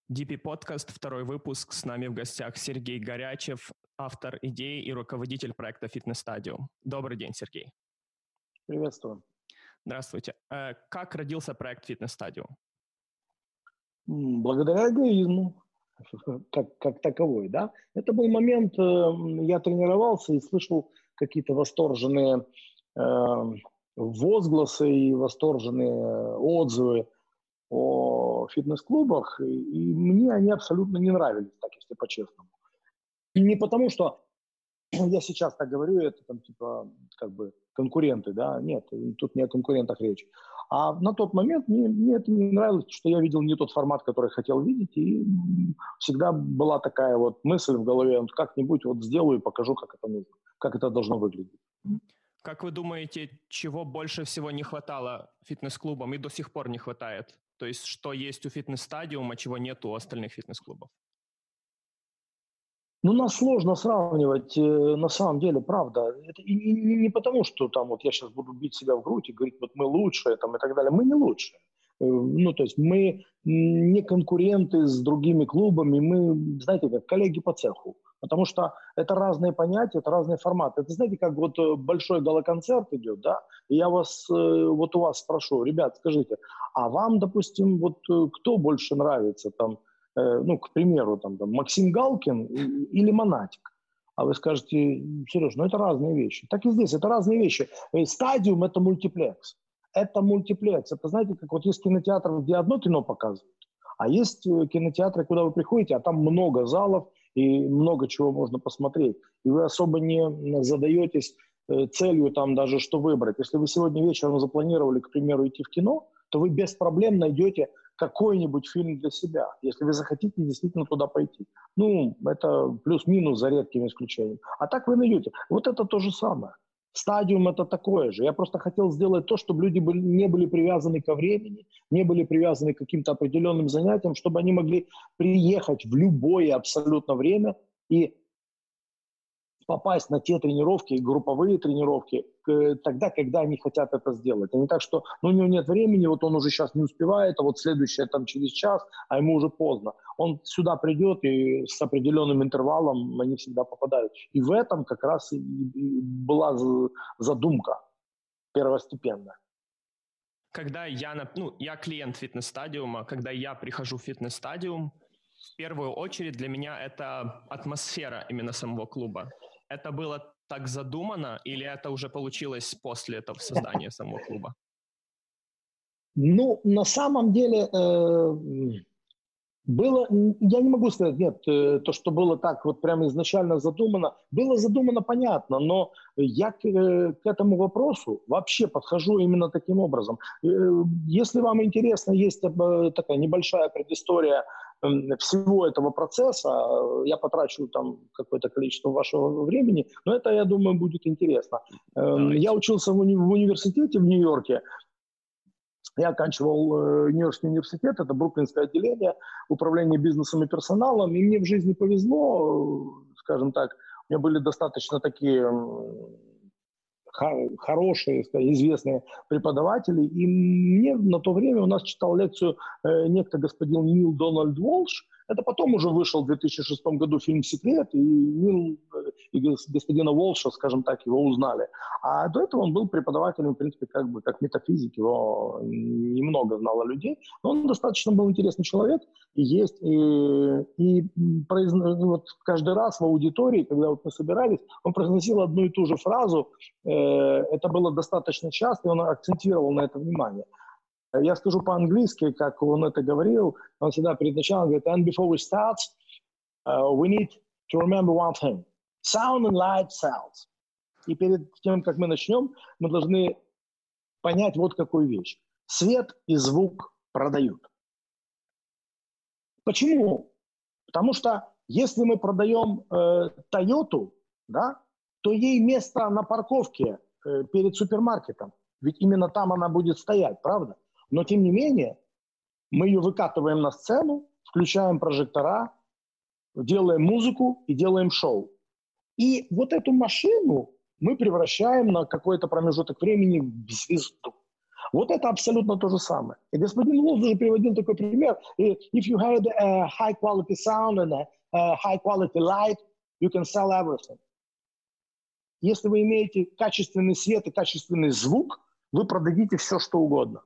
DP Podcast, второй выпуск. С нами в гостях Сергей Горячев, автор идеи и руководитель проекта Fitness Stadium. Добрый день, Сергей. Приветствую. Здравствуйте. Как родился проект Fitness Stadium? Благодаря эгоизму, как таковой, да. Это был момент, я тренировался и слышал какие-то восторженные возгласы и восторженные отзывы о фитнес-клубах, и мне они абсолютно не нравились, так если по-честному. И не потому, что я сейчас так говорю, это там типа как бы конкуренты, да, нет, тут не о конкурентах речь. А на тот момент мне это не нравилось, что я видел не тот формат, который хотел видеть, и всегда была такая вот мысль в голове, вот как-нибудь вот сделаю и покажу, как это нужно, как это должно выглядеть. Как вы думаете, чего больше всего не хватало фитнес-клубам и до сих пор не хватает? То есть что есть у фитнес-стадиума, чего нет у остальных фитнес-клубов? Ну, нас сложно сравнивать, на самом деле, правда. Это и не потому, что там вот я сейчас буду бить себя в грудь и говорить, вот мы лучшие там, и так далее. Мы не лучшие. Ну, то есть мы не конкуренты с другими клубами, мы, знаете, как коллеги по цеху. Потому что это разные понятия, это разные форматы. Это, знаете, как вот большой галоконцерт идет, да, и я вас, вот у вас спрошу, ребят, скажите, а вам, допустим, вот кто больше нравится там, ну, к примеру, там, Максим Галкин или Монатик. А вы скажете, Сереж, ну это разные вещи. Так и здесь, это разные вещи. Стадиум – это мультиплекс. Это мультиплекс. Это, знаете, как вот есть кинотеатр, где одно кино показывают, а есть кинотеатры, куда вы приходите, а там много залов и много чего можно посмотреть. И вы особо не задаетесь целью там даже, что выбрать. Если вы сегодня вечером запланировали, к примеру, идти в кино, то вы без проблем найдете какой-нибудь фильм для себя, если вы захотите действительно туда пойти. Ну, это плюс-минус за редким исключением. А так вы найдете. Вот это то же самое. Стадиум – это такое же. Я просто хотел сделать то, чтобы люди не были привязаны ко времени, не были привязаны к каким-то определенным занятиям, чтобы они могли приехать в любое абсолютно время и попасть на те тренировки, групповые тренировки, тогда, когда они хотят это сделать. А не так, что ну, у него нет времени, вот он уже сейчас не успевает, а вот следующее там через час, а ему уже поздно. Он сюда придет, и с определенным интервалом они всегда попадают. И в этом как раз и была задумка первостепенная. Когда я клиент фитнес-стадиума, когда я прихожу в фитнес-стадиум, в первую очередь для меня это атмосфера именно самого клуба. Это было так задумано или это уже получилось после этого создания самого клуба? Ну, на самом деле, было, я не могу сказать, нет, то, что было так вот прямо изначально задумано, было задумано понятно, но я к этому вопросу вообще подхожу именно таким образом. Если вам интересно, есть такая небольшая предыстория всего этого процесса, я потрачу там какое-то количество вашего времени, но это, я думаю, будет интересно. Давайте. Я учился в университете в Нью-Йорке. Я оканчивал Нью-Йоркский университет, это бруклинское отделение управления бизнесом и персоналом, и мне в жизни повезло, скажем так, у меня были достаточно такие хорошие, известные преподаватели, и мне на то время у нас читал лекцию некто господин Нил Дональд Уолш. Это потом уже вышел в 2006 году фильм «Секрет», и Нил и господина Уолша, скажем так, его узнали. А до этого он был преподавателем, в принципе, как метафизик, его немного знало людей, но он достаточно был интересный человек, и есть, вот каждый раз в аудитории, когда вот мы собирались, он произносил одну и ту же фразу, это было достаточно часто, и он акцентировал на это внимание. Я скажу по-английски, как он это говорил, он всегда перед началом говорит, and before we start, we need to remember one thing. Sound and light sells. И перед тем, как мы начнем, мы должны понять вот какую вещь. Свет и звук продают. Почему? Потому что если мы продаем Toyota, да, то ей место на парковке перед супермаркетом. Ведь именно там она будет стоять, правда? Но тем не менее, мы ее выкатываем на сцену, включаем прожектора, делаем музыку и делаем шоу. И вот эту машину мы превращаем на какой-то промежуток времени в звезду. Вот это абсолютно то же самое. И господин Волф даже приводил такой пример. If you had a high quality sound and a high quality light, you can sell everything. Если вы имеете качественный свет и качественный звук, вы продадите все, что угодно.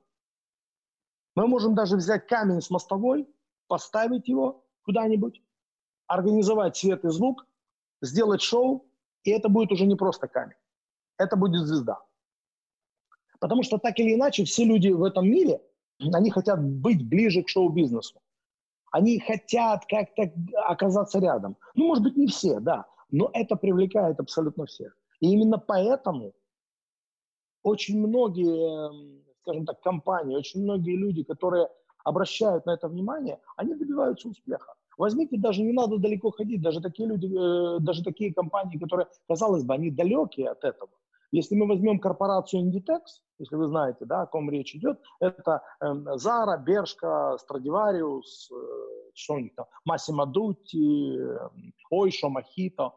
Мы можем даже взять камень с мостовой, поставить его куда-нибудь, организовать свет и звук, сделать шоу, и это будет уже не просто камень. Это будет звезда. Потому что так или иначе все люди в этом мире, они хотят быть ближе к шоу-бизнесу. Они хотят как-то оказаться рядом. Ну, может быть, не все, да, но это привлекает абсолютно всех. И именно поэтому очень многие, скажем так, компании, очень многие люди, которые обращают на это внимание, они добиваются успеха. Возьмите, даже не надо далеко ходить, даже такие люди, даже такие компании, которые, казалось бы, они далекие от этого. Если мы возьмем корпорацию Inditex, если вы знаете, да, о ком речь идет, это Zara, Bershka, Stradivarius, что у них там, Massimo Dutti, Oysho, Mojito.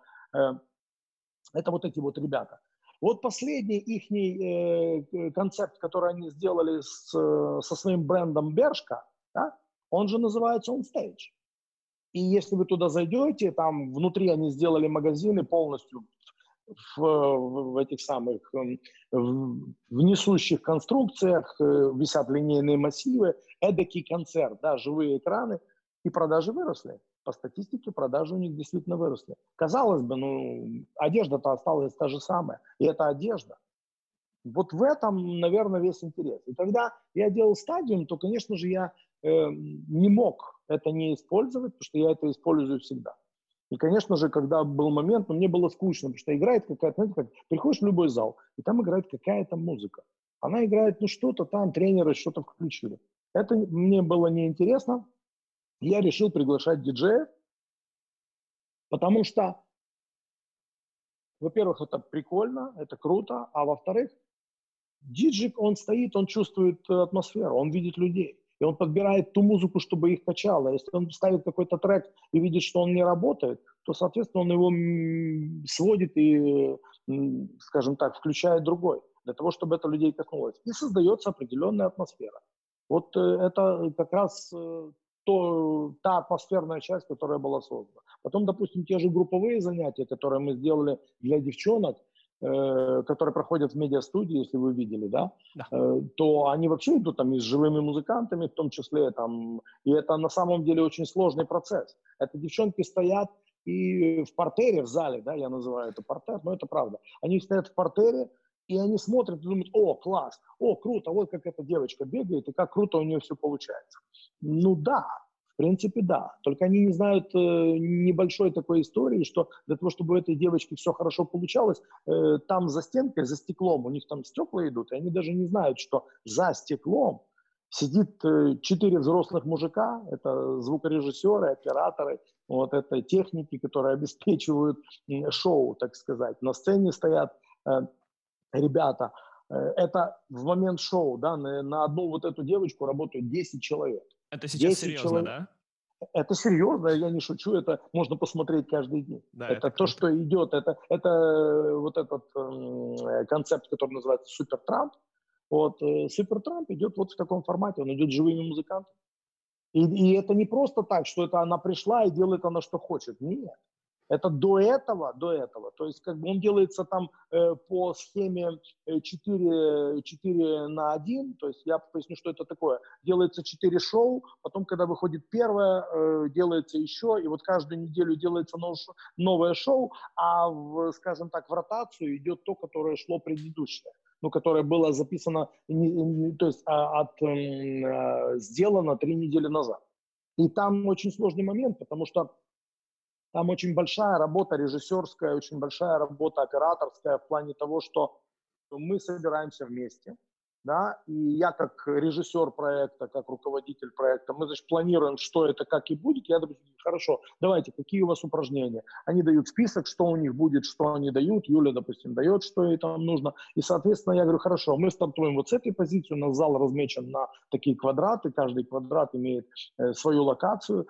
Это вот эти вот ребята. Вот последний их концепт, который они сделали со своим брендом Bershka, да, он же называется On Stage. И если вы туда зайдете, там внутри они сделали магазины полностью в этих самых в несущих конструкциях, висят линейные массивы, эдакий концерт, да, живые экраны, и продажи выросли. По статистике продажи у них действительно выросли. Казалось бы, ну, одежда-то осталась та же самая, и это одежда. Вот в этом, наверное, весь интерес. И когда я делал стадиум, то, конечно же, я не мог это не использовать, потому что я это использую всегда. И, конечно же, когда был момент, мне было скучно, потому что играет какая-то, знаете, как приходишь в любой зал, и там играет какая-то музыка. Она играет, ну, что-то там, тренеры что-то включили. Это мне было неинтересно. Я решил приглашать диджеев, потому что, во-первых, это прикольно, это круто, а во-вторых, диджей, он стоит, он чувствует атмосферу, он видит людей. И он подбирает ту музыку, чтобы их качало. Если он ставит какой-то трек и видит, что он не работает, то, соответственно, он его сводит и, скажем так, включает другой, для того, чтобы это людей коснулось. И создается определенная атмосфера. Вот это как раз та атмосферная часть, которая была создана. Потом, допустим, те же групповые занятия, которые мы сделали для девчонок, которые проходят в медиастудии, если вы видели, да, то они вообще идут там и с живыми музыкантами, в том числе там, и это на самом деле очень сложный процесс. Это девчонки стоят и в партере, в зале, да, я называю это партер, но это правда. Они стоят в партере, и они смотрят и думают: о, класс, о, круто, вот как эта девочка бегает, и как круто у нее все получается. Ну да, в принципе, да. Только они не знают небольшой такой истории, что для того, чтобы у этой девочки все хорошо получалось, там за стенкой, за стеклом, у них там стекла идут, и они даже не знают, что за стеклом сидит 4 взрослых мужика, это звукорежиссеры, операторы, вот это техники, которые обеспечивают шоу, так сказать. На сцене стоят ребята. Это в момент шоу, да, на одну вот эту девочку работают 10 человек. Это сейчас серьезно, человек. Да? Это серьезно, я не шучу, это можно посмотреть каждый день. Да, это то, что идет, это вот этот концепт, который называется Супер Трамп. Вот Супер Трамп идет вот в таком формате, он идет с живыми музыкантами. И это не просто так, что это она пришла и делает она, что хочет. Нет. Это до этого, то есть как бы он делается там по схеме 4 на 1, то есть я поясню, что это такое. Делается 4 шоу, потом, когда выходит первое, делается еще, и вот каждую неделю делается новое шоу, а, скажем так, в ротацию идет то, которое шло предыдущее, ну, которое было записано, то есть сделано 3 недели назад. И там очень сложный момент, потому что там очень большая работа режиссерская, очень большая работа операторская в плане того, что мы собираемся вместе, да, и я как режиссер проекта, как руководитель проекта, мы, значит, планируем, что это, как и будет. Я, допустим, хорошо, давайте, какие у вас упражнения? Они дают список, что у них будет, что они дают. Юля, допустим, дает, что ей там нужно. И, соответственно, я говорю: хорошо, мы стартуем вот с этой позиции, у нас зал размечен на такие квадраты, каждый квадрат имеет свою локацию,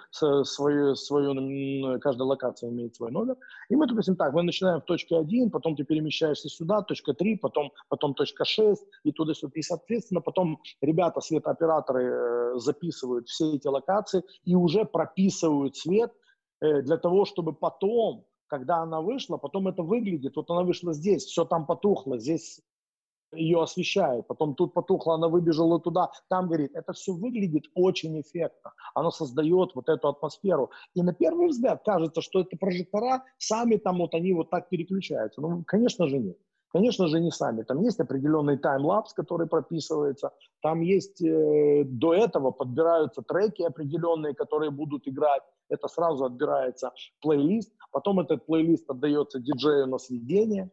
каждая локация имеет свой номер. И мы, допустим, так, мы начинаем в точке 1, потом ты перемещаешься сюда, точка 3, потом точка 6 и туда-сюда. И, соответственно, потом ребята, светооператоры, записывают все эти локации и уже прописывают свет для того, чтобы потом, когда она вышла, потом это выглядит, вот она вышла здесь, все там потухло, здесь ее освещают, потом тут потухло, она выбежала туда, там горит. Это все выглядит очень эффектно. Оно создает вот эту атмосферу. И на первый взгляд кажется, что это прожектора сами там вот они вот так переключаются. Ну, конечно же, нет. Конечно же, не сами. Там есть определенный таймлапс, который прописывается. Там есть, до этого подбираются треки определенные, которые будут играть. Это сразу отбирается плейлист. Потом этот плейлист отдается диджею на сведение.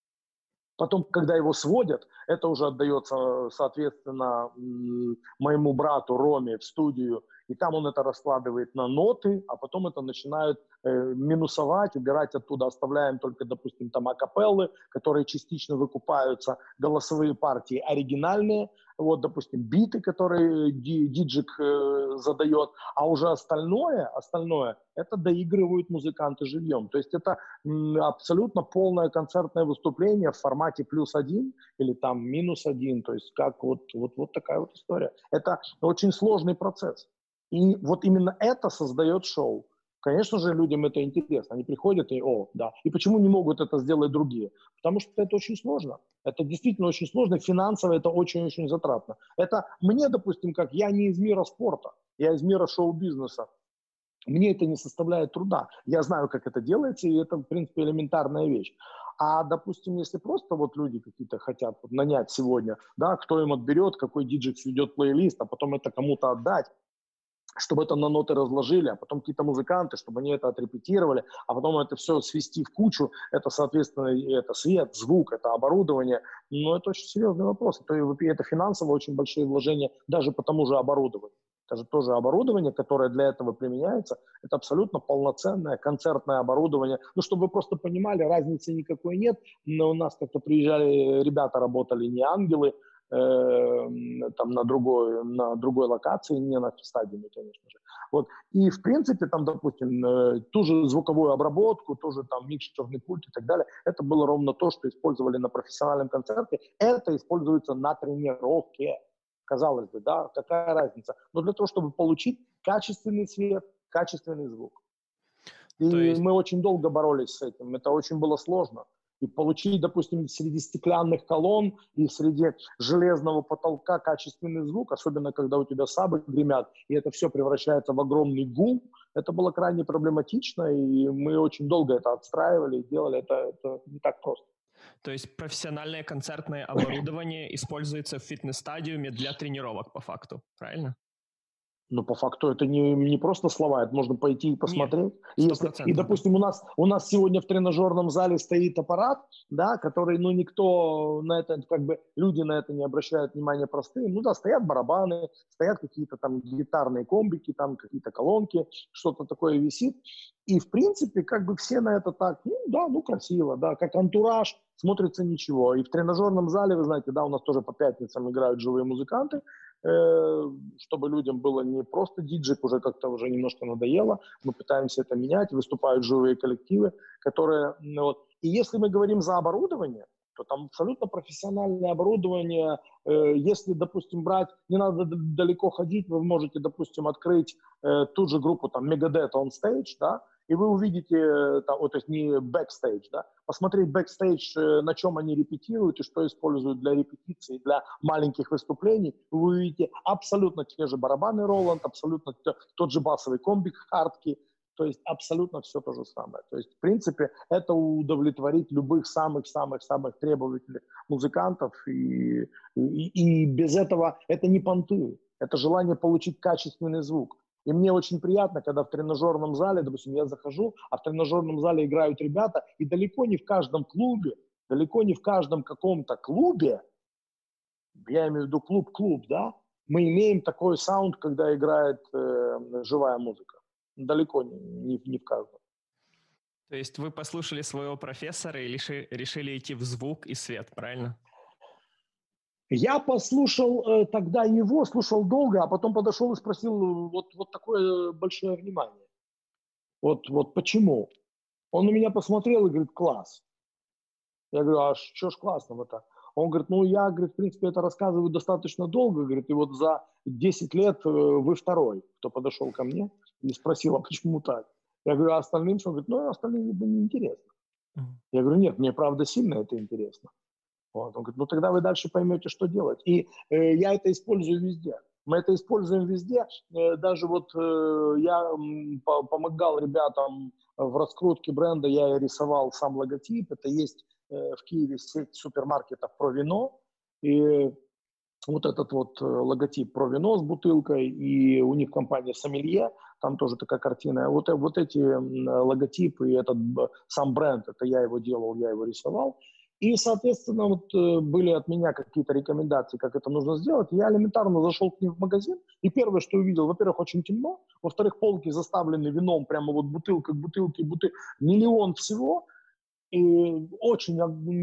Потом, когда его сводят, это уже отдается, соответственно, моему брату Роме в студию, и там он это раскладывает на ноты, а потом это начинают минусовать, убирать оттуда, оставляем только, допустим, там акапеллы, которые частично выкупаются, голосовые партии оригинальные, вот, допустим, биты, которые диджик задает, а уже остальное, это доигрывают музыканты живьем. То есть это абсолютно полное концертное выступление в формате +1 или там -1, то есть как вот такая вот история. Это очень сложный процесс. И вот именно это создает шоу. Конечно же, людям это интересно. Они приходят и, да. И почему не могут это сделать другие? Потому что это очень сложно. Это действительно очень сложно. Финансово это очень-очень затратно. Это мне, допустим, как я не из мира спорта, я из мира шоу-бизнеса. Мне это не составляет труда. Я знаю, как это делается, и это, в принципе, элементарная вещь. А, допустим, если просто вот люди какие-то хотят вот нанять сегодня, да, кто им отберет, какой диджей сведет плейлист, а потом это кому-то отдать, чтобы это на ноты разложили, а потом какие-то музыканты, чтобы они это отрепетировали, а потом это все свести в кучу, это, соответственно, это свет, звук, это оборудование. Но это очень серьезный вопрос. Это финансово очень большие вложения даже по тому же оборудованию. Это же тоже оборудование, которое для этого применяется. Это абсолютно полноценное концертное оборудование. Ну, чтобы вы просто понимали, разницы никакой нет. Но у нас как-то приезжали ребята, работали не ангелы, там на другой локации, не на стадионе, конечно же. Вот. И, в принципе, там, допустим, ту же звуковую обработку, тоже там микшерный пульт и так далее, это было ровно то, что использовали на профессиональном концерте. Это используется на тренировке. Казалось бы, да, какая разница? Но для того, чтобы получить качественный свет, качественный звук. И мы очень долго боролись с этим. Это очень было сложно. И получить, допустим, среди стеклянных колонн и среди железного потолка качественный звук, особенно когда у тебя сабы гремят, и это все превращается в огромный гул, это было крайне проблематично, и мы очень долго это отстраивали и делали. Это не так просто. То есть профессиональное концертное оборудование используется в фитнес-стадиуме для тренировок по факту, правильно? Но по факту это не просто слова, это можно пойти и посмотреть. Нет, и, допустим, у нас сегодня в тренажерном зале стоит аппарат, да, который, никто на это, люди на это не обращают внимания простые. Ну да, стоят барабаны, стоят какие-то там гитарные комбики, там какие-то колонки, что-то такое висит. И, в принципе, все на это так, красиво, да, как антураж, смотрится ничего. И в тренажерном зале, вы знаете, да, у нас тоже по пятницам играют живые музыканты, чтобы людям было не просто диджик, уже как-то уже немножко надоело, мы пытаемся это менять, выступают живые коллективы, которые, И если мы говорим за оборудование, то там абсолютно профессиональное оборудование. Если, допустим, брать, не надо далеко ходить, вы можете, допустим, открыть ту же группу, там, Megadeth on Stage, да, и вы увидите, то есть не бэкстейдж, да, посмотреть бэкстейдж, на чем они репетируют и что используют для репетиции, для маленьких выступлений, вы увидите абсолютно те же барабаны Роланд, абсолютно тот же басовый комбик Хартки, то есть абсолютно все то же самое. То есть, в принципе, это удовлетворит любых самых-самых-самых требовательных музыкантов, и без этого это не понты, это желание получить качественный звук. И мне очень приятно, когда в тренажерном зале, допустим, я захожу, а в тренажерном зале играют ребята, и далеко не в каждом клубе, далеко не в каждом каком-то клубе, я имею в виду клуб, да, мы имеем такой саунд, когда играет живая музыка. Далеко не в каждом. То есть вы послушали своего профессора и решили идти в звук и свет, правильно? Я послушал тогда его, слушал долго, а потом подошел и спросил вот такое большое внимание. Вот почему? Он на меня посмотрел и говорит: класс. Я говорю: а что ж классного-то? Он говорит, ну я, говорит, в принципе, это рассказываю достаточно долго, говорит, и вот за 10 лет вы второй, кто подошел ко мне и спросил, а почему так? Я говорю, а остальным что? Он говорит, ну остальным видно неинтересно. Я говорю, нет, мне правда сильно это интересно. Вот. Он говорит, ну тогда вы дальше поймете, что делать. И я это использую везде. Мы это используем везде. Даже вот я помогал ребятам в раскрутке бренда, я рисовал сам логотип. Это есть в Киеве сеть супермаркетов про вино. И вот этот вот логотип про вино с бутылкой, и у них компания «Сомелье», там тоже такая картина. Вот эти логотипы и этот сам бренд, это я его делал, я его рисовал. И, соответственно, вот были от меня какие-то рекомендации, как это нужно сделать. Я элементарно зашел к ним в магазин, и первое, что увидел, во-первых, очень темно, во-вторых, полки заставлены вином, прямо вот бутылка к бутылке, миллион всего. И очень,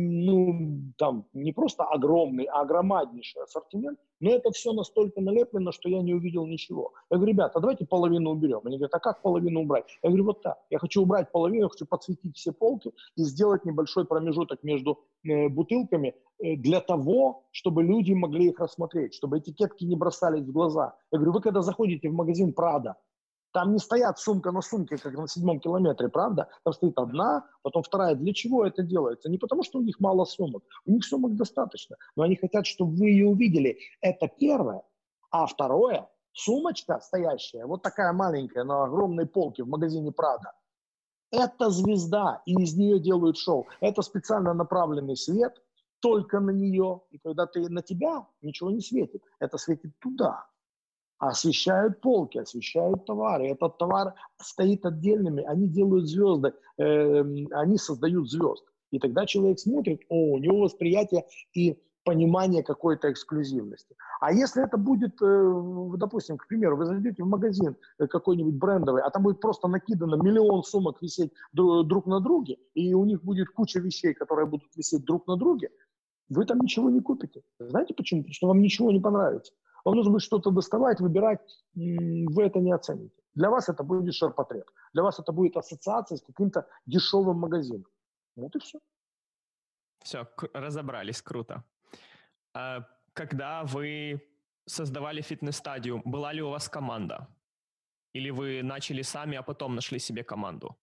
ну, там, не просто огромный, а громаднейший ассортимент, но это все настолько налеплено, что я не увидел ничего. Я говорю, ребята, давайте половину уберем. Они говорят, а как половину убрать? Я говорю, вот так. Я хочу убрать половину, я хочу подсветить все полки и сделать небольшой промежуток между бутылками для того, чтобы люди могли их рассмотреть, чтобы этикетки не бросались в глаза. Я говорю, вы когда заходите в магазин «Прада», там не стоят сумка на сумке, как на 7 километре, правда? Там стоит одна, потом вторая. Для чего это делается? Не потому, что у них мало сумок. У них сумок достаточно. Но они хотят, чтобы вы ее увидели. Это первое. А второе, сумочка стоящая, вот такая маленькая, на огромной полке в магазине «Прада», это звезда, и из нее делают шоу. Это специально направленный свет только на нее. И когда на тебя, ничего не светит. Это светит туда. Освещают полки, освещают товары. Этот товар стоит отдельными, они делают звезды, они создают звезд. И тогда человек смотрит, у него восприятие и понимание какой-то эксклюзивности. А если это будет, допустим, к примеру, вы зайдете в магазин какой-нибудь брендовый, а там будет просто накидано миллион сумок висеть друг на друге, и у них будет куча вещей, которые будут висеть друг на друге, вы там ничего не купите. Знаете почему? Потому что вам ничего не понравится. Вам нужно будет что-то доставать, выбирать, вы это не оцените. Для вас это будет ширпотреб. Для вас это будет ассоциация с каким-то дешевым магазином. Вот и все. Все, разобрались, круто. Когда вы создавали фитнес-стадию, была ли у вас команда? Или вы начали сами, а потом нашли себе команду?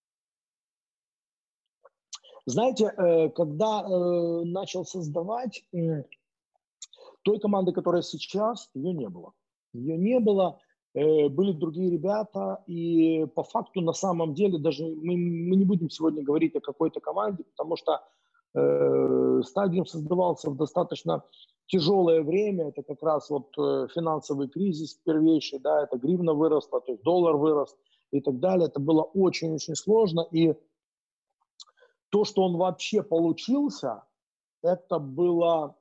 Знаете, когда начал создавать, той команды, которая сейчас, ее не было. Ее не было, были другие ребята, и по факту на самом деле даже мы не будем сегодня говорить о какой-то команде, потому что стадиум создавался в достаточно тяжелое время, это как раз вот финансовый кризис первейший, да, это гривна выросла, то есть доллар вырос и так далее, это было очень-очень сложно, и то, что он вообще получился, это было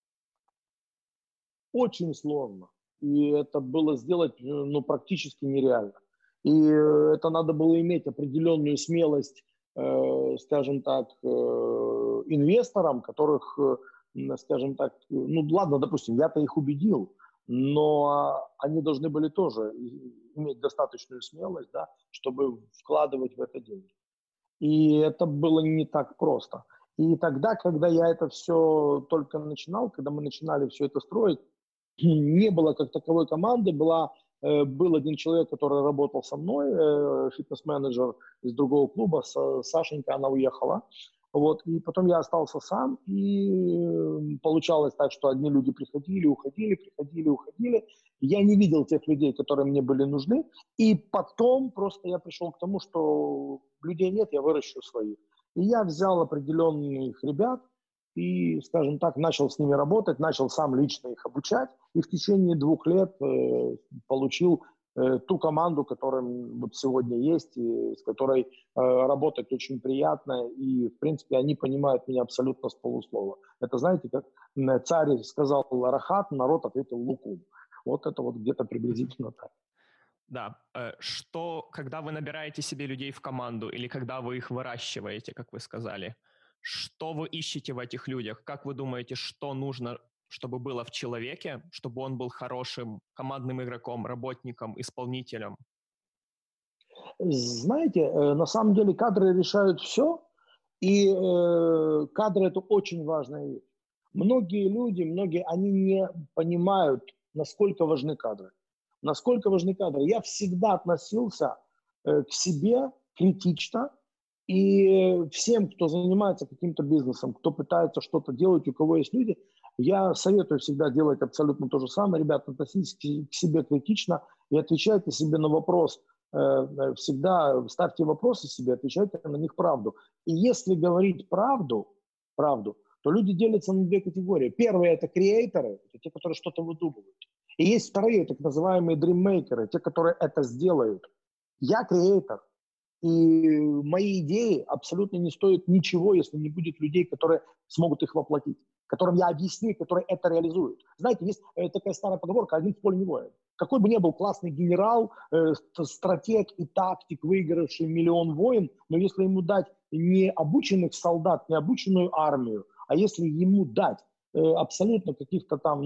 очень сложно. И это было сделать ну, практически нереально. И это надо было иметь определенную смелость, скажем так, инвесторам, которых, скажем так, ну ладно, допустим, я-то их убедил, но они должны были тоже иметь достаточную смелость, да, чтобы вкладывать в это деньги. И это было не так просто. И тогда, когда я это все только начинал, когда мы начинали все это строить, не было как таковой команды, был один человек, который работал со мной, фитнес-менеджер из другого клуба, Сашенька, она уехала. Вот, и потом я остался сам, и получалось так, что одни люди приходили, уходили. Я не видел тех людей, которые мне были нужны, и потом просто я пришел к тому, что людей нет, я выращу своих. И я взял определенных ребят, и, скажем так, начал с ними работать, начал сам лично их обучать, и в течение 2 лет получил ту команду, которая вот сегодня есть, и с которой работать очень приятно, и, в принципе, они понимают меня абсолютно с полуслова. Это, знаете, как царь сказал «Рахат», народ ответил «Лукум». Вот это вот где-то приблизительно так. Да. Когда вы набираете себе людей в команду или когда вы их выращиваете, как вы сказали, что вы ищете в этих людях? Как вы думаете, что нужно, чтобы было в человеке, чтобы он был хорошим командным игроком, работником, исполнителем? Знаете, на самом деле кадры решают все, и кадры – это очень важная вещь. Многие люди, они не понимают, насколько важны кадры. Насколько важны кадры. Я всегда относился к себе критично, и всем, кто занимается каким-то бизнесом, кто пытается что-то делать, у кого есть люди, я советую всегда делать абсолютно то же самое. Ребята, относитесь к себе критично и отвечайте себе на вопрос. Всегда ставьте вопросы себе, отвечайте на них правду. И если говорить правду, то люди делятся на две категории. Первые – это креаторы, это те, которые что-то выдумывают. И есть вторые, так называемые дриммейкеры, те, которые это сделают. Я креатор. И мои идеи абсолютно не стоят ничего, если не будет людей, которые смогут их воплотить, которым я объясню, которые это реализуют. Знаете, есть такая старая поговорка «один в поле не воин». Какой бы ни был классный генерал, стратег и тактик, выигравший 1 000 000 войн, но если ему дать не обученных солдат, не обученную армию, а если ему дать абсолютно каких-то там,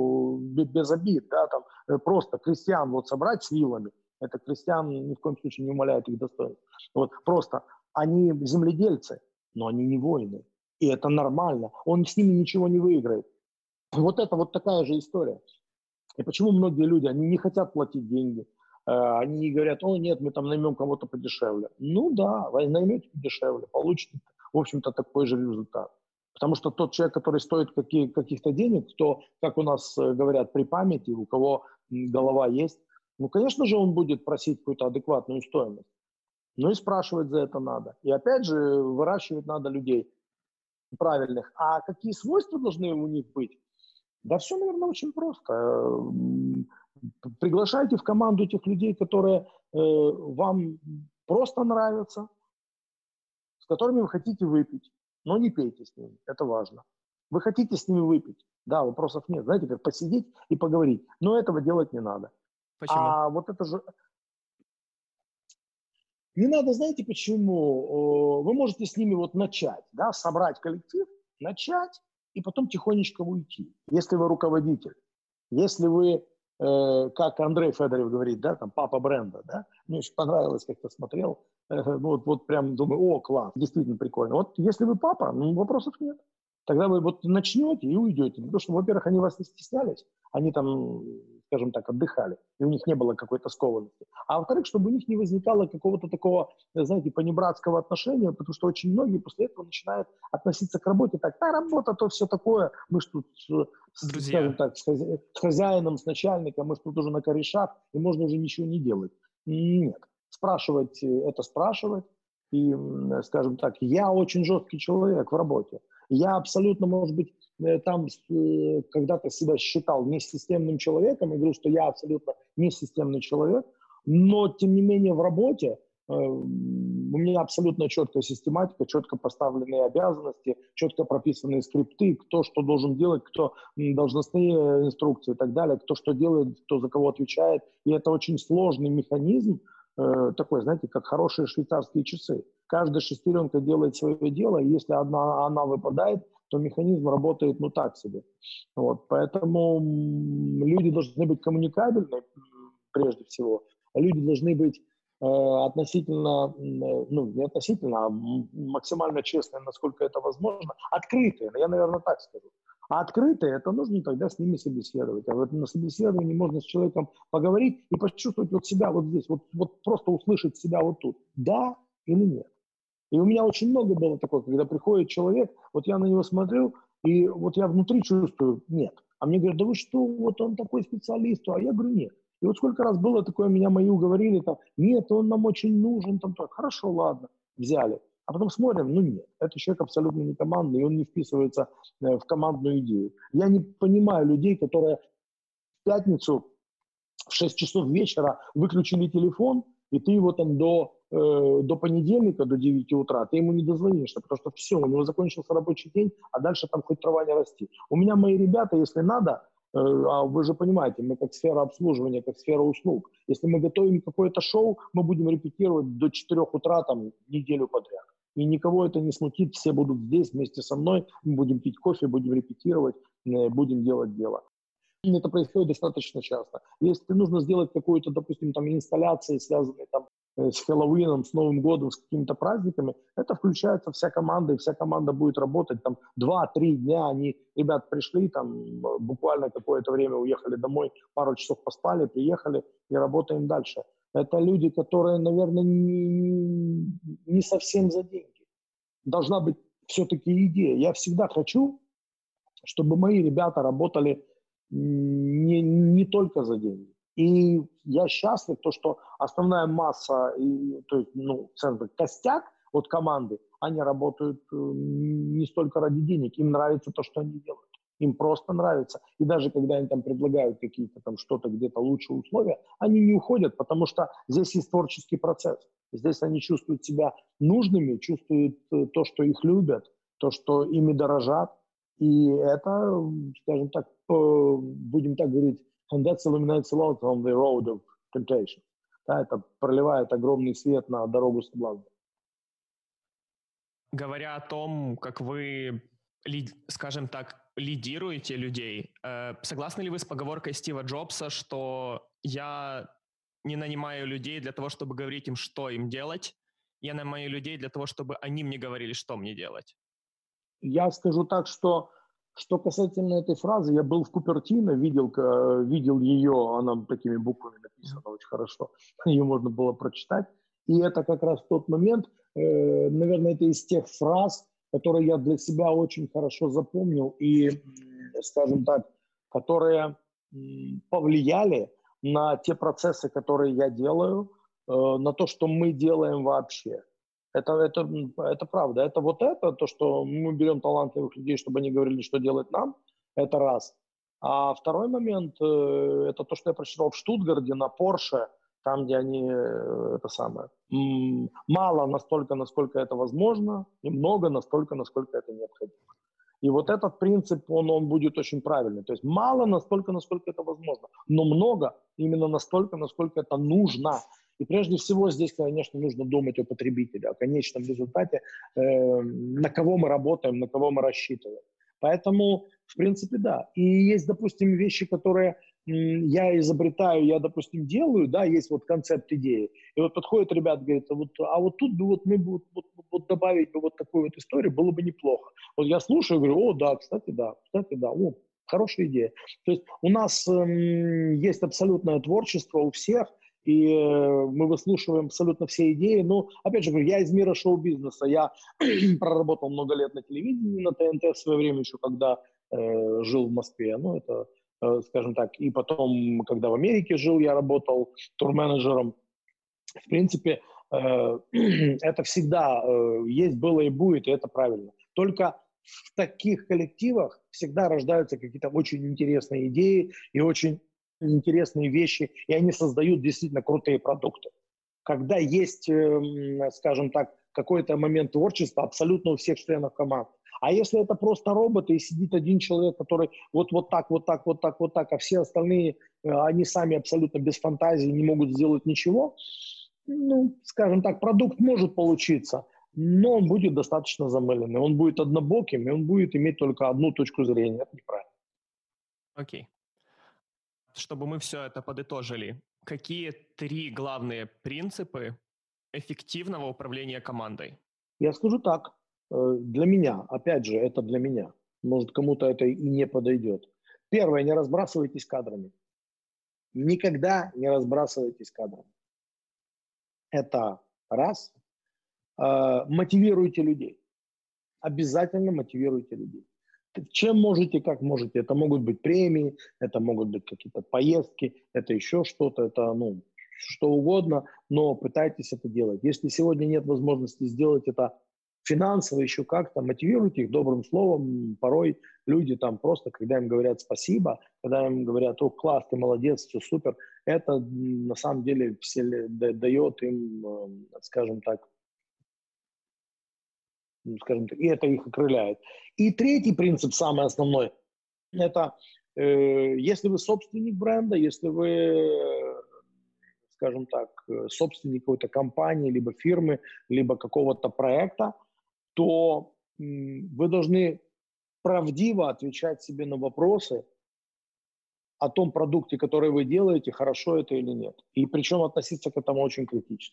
без обид, да, там, просто крестьян вот собрать с вилами, это крестьян ни в коем случае не умаляет их достоинств. Вот просто они земледельцы, но они не воины. И это нормально. Он с ними ничего не выиграет. Вот это вот такая же история. И почему многие люди, они не хотят платить деньги. Они говорят, нет, мы там наймем кого-то подешевле. Ну да, вы наймете подешевле, получите, в общем-то, такой же результат. Потому что тот человек, который стоит каких-то денег, кто, как у нас говорят, при памяти, у кого голова есть, конечно же, он будет просить какую-то адекватную стоимость. Но и спрашивать за это надо. И опять же, выращивать надо людей правильных. А какие свойства должны у них быть? Да все, наверное, очень просто. Приглашайте в команду тех людей, которые вам просто нравятся, с которыми вы хотите выпить. Но не пейте с ними, это важно. Вы хотите с ними выпить? Да, вопросов нет. Знаете, как посидеть и поговорить. Но этого делать не надо. Почему? А вот это же... Не надо, знаете почему? Вы можете с ними вот начать, да, собрать коллектив, начать и потом тихонечко уйти. Если вы руководитель, если вы, как Андрей Федоров говорит, да, там папа бренда, да, мне очень понравилось, как-то смотрел, вот прям думаю, класс, действительно прикольно. Вот если вы папа, вопросов нет. Тогда вы вот начнете и уйдете. Потому что, во-первых, они вас не стеснялись, они там, скажем так, отдыхали, и у них не было какой-то скованности. А во-вторых, чтобы у них не возникало какого-то такого, знаете, понебратского отношения, потому что очень многие после этого начинают относиться к работе так, работа, то все такое, мы же тут, скажем так, с хозяином, с начальником, мы же тут уже на корешах, и можно уже ничего не делать. Нет. Спрашивать – это спрашивать. И, скажем так, я очень жесткий человек в работе. Я абсолютно, может быть, там когда-то себя считал несистемным человеком, и говорю, что я абсолютно несистемный человек, но, тем не менее, в работе у меня абсолютно четкая систематика, четко поставленные обязанности, четко прописанные скрипты, кто что должен делать, кто должностные инструкции и так далее, кто что делает, кто за кого отвечает. И это очень сложный механизм, такой, знаете, как хорошие швейцарские часы. Каждая шестеренка делает свое дело, и если она выпадает, то механизм работает так себе. Вот, поэтому люди должны быть коммуникабельны, прежде всего. Люди должны быть относительно, не относительно, а максимально честные, насколько это возможно, открытые, я, наверное, так скажу. А открытые, это нужно тогда с ними собеседовать. А вот на собеседовании можно с человеком поговорить и почувствовать вот себя вот здесь, вот просто услышать себя вот тут. Да или нет. И у меня очень много было такого, когда приходит человек, вот я на него смотрю, и вот я внутри чувствую, нет. А мне говорят, да вы что, вот он такой специалист, а я говорю, нет. И вот сколько раз было такое, меня мои уговорили, там, нет, он нам очень нужен, там, так, хорошо, ладно, взяли. А потом смотрим, нет, этот человек абсолютно не командный, и он не вписывается в командную идею. Я не понимаю людей, которые в пятницу в 6 часов вечера выключили телефон, и ты его там до понедельника, до 9 утра, ты ему не дозвонишься, потому что все, у него закончился рабочий день, а дальше там хоть трава не расти. У меня мои ребята, если надо, а вы же понимаете, мы как сфера обслуживания, как сфера услуг. Если мы готовим какое-то шоу, мы будем репетировать до 4 утра там неделю подряд. И никого это не смутит, все будут здесь вместе со мной, мы будем пить кофе, будем репетировать, будем делать дело. Это происходит достаточно часто. Если нужно сделать какую-то, допустим, там инсталляции, связанные там с Хэллоуином, с Новым годом, с какими-то праздниками, это включается вся команда, и вся команда будет работать там 2-3 дня. Ребят пришли, там буквально какое-то время уехали домой, пару часов поспали, приехали и работаем дальше. Это люди, которые, наверное, не совсем за деньги. Должна быть все-таки идея. Я всегда хочу, чтобы мои ребята работали не только за деньги. И я счастлив, что основная масса, то есть, костяк от команды, они работают не столько ради денег, им нравится то, что они делают. Им просто нравится. И даже когда им там предлагают какие-то там что-то, где-то лучшие условия, они не уходят, потому что здесь есть творческий процесс. Здесь они чувствуют себя нужными, чувствуют то, что их любят, то, что ими дорожат. И это, скажем так, будем так говорить, and that illuminates a lot on the road of temptation. Да, это проливает огромный свет на дорогу соблазна. Говоря о том, как вы, скажем так, лидируете людей, согласны ли вы с поговоркой Стива Джобса, что я не нанимаю людей для того, чтобы говорить им, что им делать, я нанимаю людей для того, чтобы они мне говорили, что мне делать? Я скажу так, что касательно этой фразы, я был в Купертино, видел ее, она такими буквами написана очень хорошо, ее можно было прочитать. И это как раз тот момент, наверное, это из тех фраз, которые я для себя очень хорошо запомнил и, скажем так, которые повлияли на те процессы, которые я делаю, на то, что мы делаем вообще. Это правда. Это то, что мы берем талантливых людей, чтобы они говорили, что делать нам, это раз. А второй момент, это то, что я прочитал в Штутгарте на Porsche, там, где они, мало настолько, насколько это возможно, и много настолько, насколько это необходимо. И вот этот принцип, он будет очень правильный. То есть мало настолько, насколько это возможно, но много именно настолько, насколько это нужно. И прежде всего здесь, конечно, нужно думать о потребителе, о конечном результате, на кого мы работаем, на кого мы рассчитываем. Поэтому, в принципе, да. И есть, допустим, вещи, которые я изобретаю, я, допустим, делаю, да, есть вот концепт идеи. И вот подходят ребята, говорят, а вот тут бы вот мы бы вот добавить бы вот такую вот историю, было бы неплохо. Вот я слушаю, говорю, о, да, кстати, да, о, хорошая идея. То есть у нас есть абсолютное творчество у всех, и мы выслушиваем абсолютно все идеи. Но, опять же, говорю, я из мира шоу-бизнеса, я проработал много лет на телевидении, на ТНТ в свое время еще, когда жил в Москве, скажем так, и потом, когда в Америке жил, я работал турменеджером. В принципе, это всегда есть, было и будет, и это правильно. Только в таких коллективах всегда рождаются какие-то очень интересные идеи и очень интересные вещи, и они создают действительно крутые продукты. Когда есть, скажем так, какой-то момент творчества абсолютно у всех членов команды. А если это просто роботы, и сидит один человек, который вот так, а все остальные, они сами абсолютно без фантазии не могут сделать ничего, скажем так, продукт может получиться, но он будет достаточно замыленный, он будет однобоким, и он будет иметь только одну точку зрения. Это неправильно. Окей. Чтобы мы все это подытожили, какие 3 главные принципы эффективного управления командой? Я скажу так. Для меня, опять же, это для меня. Может, кому-то это и не подойдет. Первое, не разбрасывайтесь кадрами. Никогда не разбрасывайтесь кадрами. Это раз. Мотивируйте людей. Обязательно мотивируйте людей. Чем можете, как можете. Это могут быть премии, это могут быть какие-то поездки, это еще что-то, это что угодно, но пытайтесь это делать. Если сегодня нет возможности сделать это финансово, еще как-то, мотивируйте их добрым словом. Порой люди там просто, когда им говорят спасибо, когда им говорят, о, класс, ты молодец, все супер, это на самом деле дает им, скажем так, и это их окрыляет. И третий принцип, самый основной, это если вы собственник бренда, если вы, скажем так, собственник какой-то компании, либо фирмы, либо какого-то проекта, то вы должны правдиво отвечать себе на вопросы о том продукте, который вы делаете, хорошо это или нет. И причем относиться к этому очень критически.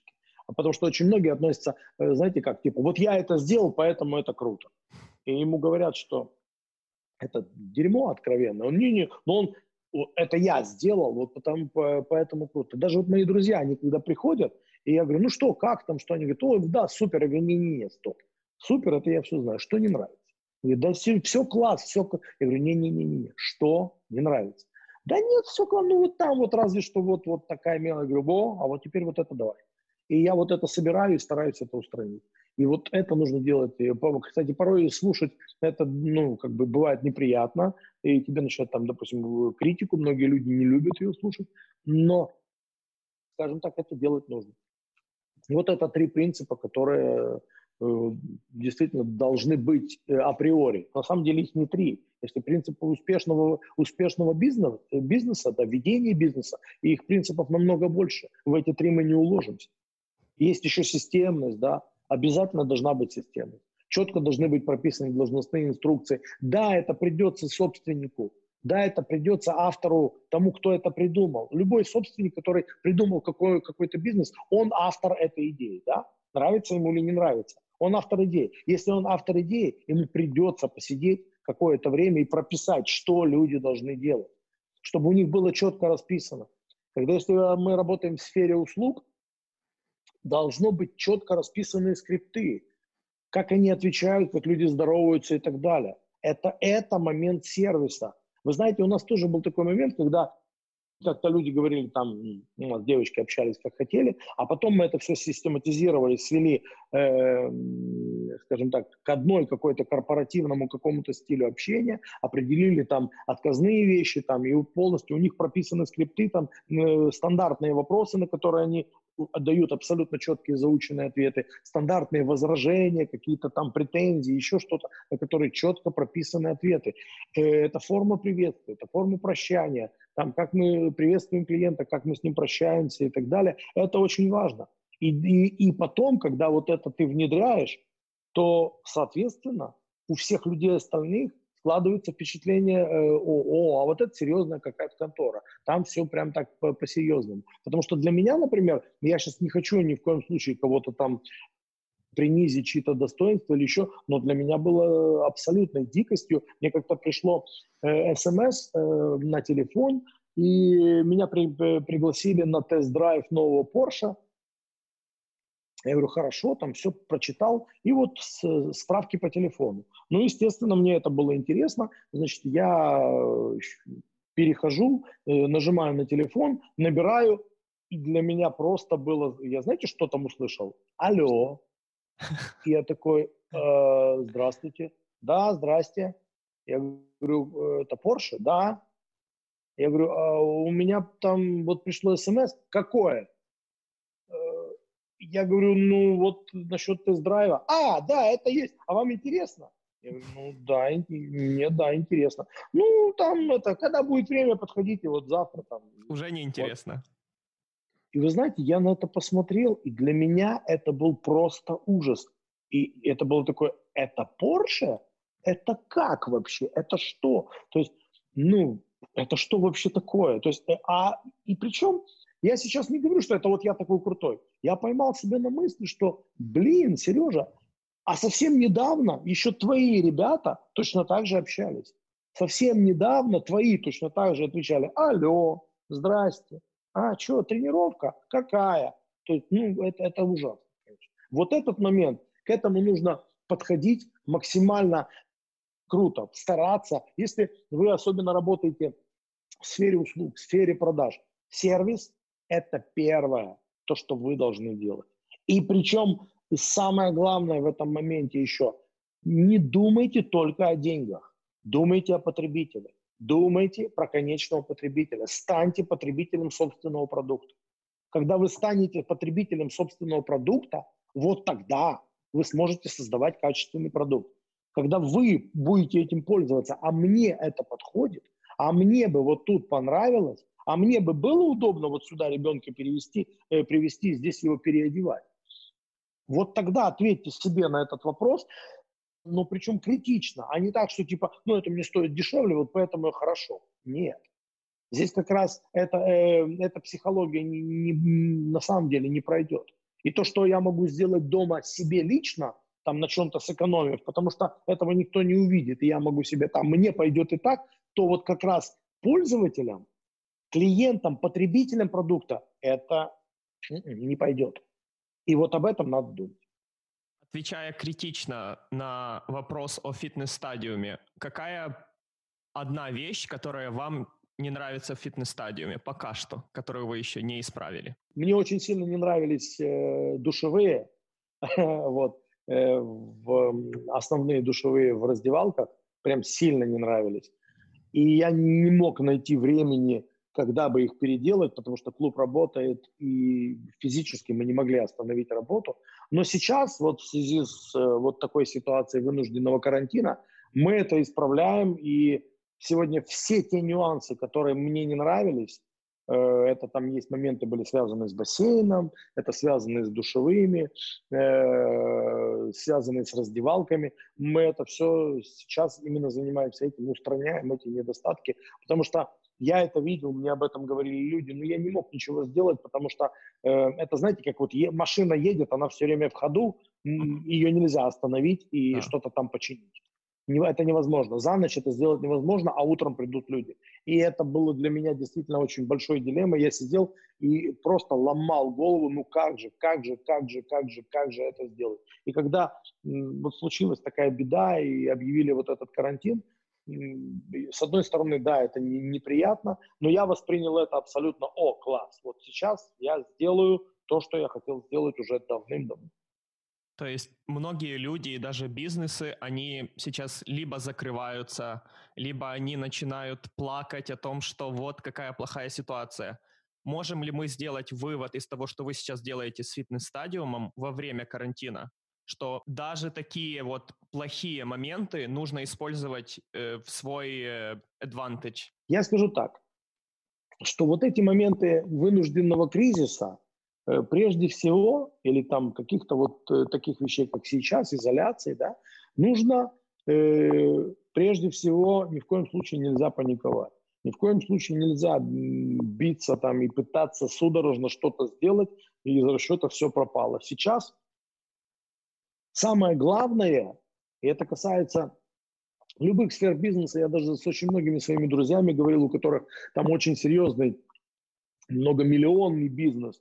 Потому что очень многие относятся, знаете, как, типа, вот я это сделал, поэтому это круто. И ему говорят, что это дерьмо откровенно. Он, не, но он, это я сделал, вот потому, поэтому круто. Даже вот мои друзья, они когда приходят, и я говорю, ну что, как там, что? Они говорят, ой, да, супер. Я говорю, не-не-не, стоп. Супер, это я все знаю. Что не нравится? Я говорю, да все класс, все. Я говорю, не-не-не, что не нравится? Да нет, все класс, ну вот там вот разве что вот такая мелочь. Я говорю, а вот теперь вот это давай. И я вот это собираю и стараюсь это устранить. И вот это нужно делать. Кстати, порой слушать это, ну, как бы бывает неприятно, и тебе начинают там, допустим, критику, многие люди не любят ее слушать, но, скажем так, это делать нужно. Вот это 3 принципа, которые действительно должны быть априори. На самом деле их не 3. Если принципы успешного бизнеса, да, ведения бизнеса, и их принципов намного больше. В эти 3 мы не уложимся. Есть еще системность, да, обязательно должна быть системность. Четко должны быть прописаны должностные инструкции. Да, это придется собственнику, да, это придется автору, тому, кто это придумал. Любой собственник, который придумал какой-то бизнес, он автор этой идеи, да, нравится ему или не нравится. Он автор идеи. Если он автор идеи, ему придется посидеть какое-то время и прописать, что люди должны делать, чтобы у них было четко расписано. Если мы работаем в сфере услуг, должно быть четко расписанные скрипты, как они отвечают, как люди здороваются и так далее. Это момент сервиса. Вы знаете, у нас тоже был такой момент, когда как-то люди говорили, там, у нас девочки общались как хотели, а потом мы это все систематизировали, свели, скажем так, к одной какой-то корпоративному какому-то стилю общения, определили там отказные вещи, там, и полностью у них прописаны скрипты, там, стандартные вопросы, на которые они дают абсолютно четкие заученные ответы, стандартные возражения, какие-то там претензии, еще что-то, на которые четко прописаны ответы. Это форма приветствия, это форма прощания, там, как мы приветствуем клиента, как мы с ним прощаемся и так далее. Это очень важно. И потом, когда вот это ты внедряешь, то, соответственно, у всех людей остальных складывается впечатление, а вот это серьезная какая-то контора. Там все прям так по-серьезному. Потому что для меня, например, я сейчас не хочу ни в коем случае кого-то там принизить чьи-то достоинства или еще, но для меня было абсолютной дикостью. Мне как-то пришло СМС на телефон, и меня пригласили на тест-драйв нового Porsche. Я говорю, хорошо, там все прочитал, и вот справки по телефону. Ну, естественно, мне это было интересно, значит, я перехожу, нажимаю на телефон, набираю, и для меня просто было, я знаете, что там услышал? Алло. И я такой, здравствуйте. Да, здрасте. Я говорю, это Porsche? Да. Я говорю, у меня там вот пришло СМС. Какое? Я говорю, ну вот насчет тест-драйва. Да, это есть. А вам интересно? Я говорю, ну да, мне да, интересно. Ну там это, когда будет время, подходите вот завтра там. Уже неинтересно. Вот. И вы знаете, я на это посмотрел, и для меня это был просто ужас. И это было такое, это Porsche? Это как вообще? Это что? То есть, ну, это что вообще такое? То есть, и причем я сейчас не говорю, что это вот я такой крутой. Я поймал себя на мысли, что, блин, Сережа, а совсем недавно еще твои ребята точно так же общались. Совсем недавно твои точно так же отвечали, алло, здрасте. Что, тренировка? Какая? То есть, ну, это ужасно. Конечно. Вот этот момент, к этому нужно подходить максимально круто, стараться. Если вы особенно работаете в сфере услуг, в сфере продаж, сервис – это первое, то, что вы должны делать. И причем самое главное в этом моменте еще – не думайте только о деньгах, думайте о потребителе. Думайте про конечного потребителя. Станьте потребителем собственного продукта. Когда вы станете потребителем собственного продукта, вот тогда вы сможете создавать качественный продукт. Когда вы будете этим пользоваться, а мне это подходит, а мне бы вот тут понравилось, а мне бы было удобно вот сюда ребенка привести, здесь его переодевать. Вот тогда ответьте себе на этот вопрос, но причем критично, а не так, что типа, ну это мне стоит дешевле, вот поэтому хорошо. Нет. Здесь как раз эта психология на самом деле не пройдет. И то, что я могу сделать дома себе лично, там на чем-то сэкономив, потому что этого никто не увидит, и я могу себе там, мне пойдет и так, то вот как раз пользователям, клиентам, потребителям продукта это не пойдет. И вот об этом надо думать. Отвечая критично на вопрос о фитнес-стадиуме, какая одна вещь, которая вам не нравится в фитнес-стадиуме пока что, которую вы еще не исправили? Мне очень сильно не нравились душевые, вот, основные душевые в раздевалках, прям сильно не нравились. И я не мог найти времени, когда бы их переделать, потому что клуб работает, и физически мы не могли остановить работу. Но сейчас, вот в связи с вот такой ситуацией вынужденного карантина, мы это исправляем, и сегодня все те нюансы, которые мне не нравились, это там есть моменты, были связаны с бассейном, это связаны с душевыми, связаны с раздевалками. Мы это все сейчас именно занимаемся этим, устраняем эти недостатки, потому что я это видел, мне об этом говорили люди, но я не мог ничего сделать, потому что это, знаете, как вот машина едет, она все время в ходу, ее нельзя остановить и что-то там починить. Это невозможно. За ночь это сделать невозможно, а утром придут люди. И это было для меня действительно очень большой дилеммой. Я сидел и просто ломал голову, ну как же это сделать. И когда вот случилась такая беда и объявили вот этот карантин, с одной стороны, да, это неприятно, но я воспринял это абсолютно, класс, вот сейчас я сделаю то, что я хотел сделать уже давным-давно. То есть многие люди и даже бизнесы, они сейчас либо закрываются, либо они начинают плакать о том, что вот какая плохая ситуация. Можем ли мы сделать вывод из того, что вы сейчас делаете с фитнес-стадиумом во время карантина, что даже такие вот плохие моменты нужно использовать в свой advantage? Я скажу так, что вот эти моменты вынужденного кризиса, прежде всего, или там каких-то вот таких вещей, как сейчас, изоляции, да, нужно прежде всего, ни в коем случае нельзя паниковать. Ни в коем случае нельзя биться там и пытаться судорожно что-то сделать, и из расчета все пропало. Сейчас самое главное, и это касается любых сфер бизнеса, я даже с очень многими своими друзьями говорил, у которых там очень серьезный многомиллионный бизнес.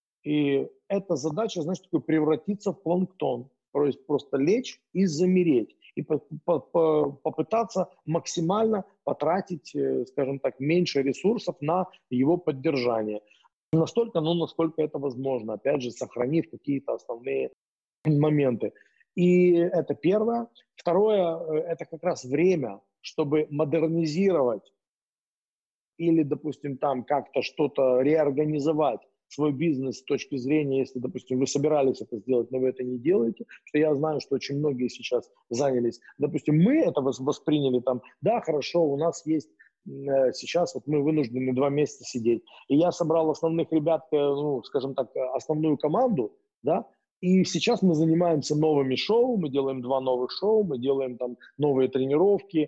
И эта задача, знаешь, такой превратиться в планктон. То есть просто лечь и замереть. И попытаться максимально потратить, скажем так, меньше ресурсов на его поддержание. Настолько, насколько это возможно. Опять же, сохранив какие-то основные моменты. И это первое. Второе, это как раз время, чтобы модернизировать или, допустим, там как-то что-то реорганизовать свой бизнес с точки зрения, если, допустим, вы собирались это сделать, но вы это не делаете, что я знаю, что очень многие сейчас занялись. Допустим, мы это восприняли там, да, хорошо, у нас есть сейчас, вот мы вынуждены 2 месяца сидеть. И я собрал основных ребят, ну, скажем так, основную команду, да, и сейчас мы занимаемся новыми шоу, мы делаем 2 новых шоу, мы делаем там новые тренировки,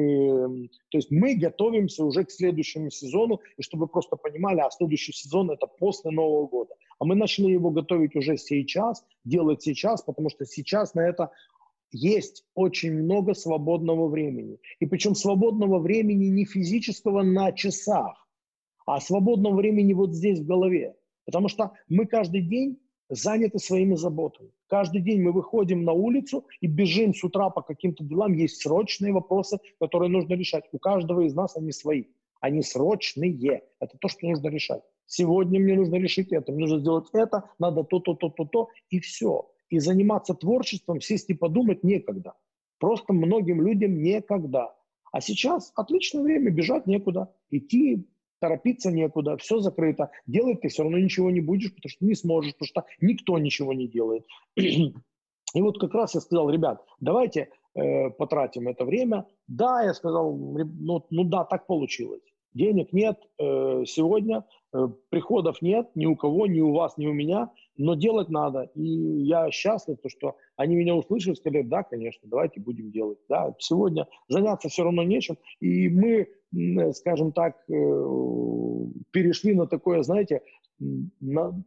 то есть мы готовимся уже к следующему сезону, и чтобы вы просто понимали, а следующий сезон это после Нового года. А мы начали его готовить уже сейчас, делать сейчас, потому что сейчас на это есть очень много свободного времени. И причем свободного времени не физического на часах, а свободного времени вот здесь в голове. Потому что мы каждый день заняты своими заботами. Каждый день мы выходим на улицу и бежим с утра по каким-то делам. Есть срочные вопросы, которые нужно решать. У каждого из нас они свои. Они срочные. Это то, что нужно решать. Сегодня мне нужно решить это, мне нужно сделать это, надо то, и все. И заниматься творчеством, сесть и подумать некогда. Просто многим людям некогда. А сейчас отличное время, бежать некуда, идти, торопиться некуда, все закрыто. Делать ты все равно ничего не будешь, потому что не сможешь, потому что никто ничего не делает. И вот как раз я сказал, ребят, давайте потратим это время. Да, я сказал, ну да, так получилось. Денег нет сегодня, приходов нет ни у кого, ни у вас, ни у меня, но делать надо. И я счастлив, что они меня услышали, сказали, да, конечно, давайте будем делать. Да, сегодня заняться все равно нечем. И мы, скажем так, перешли на такое, знаете,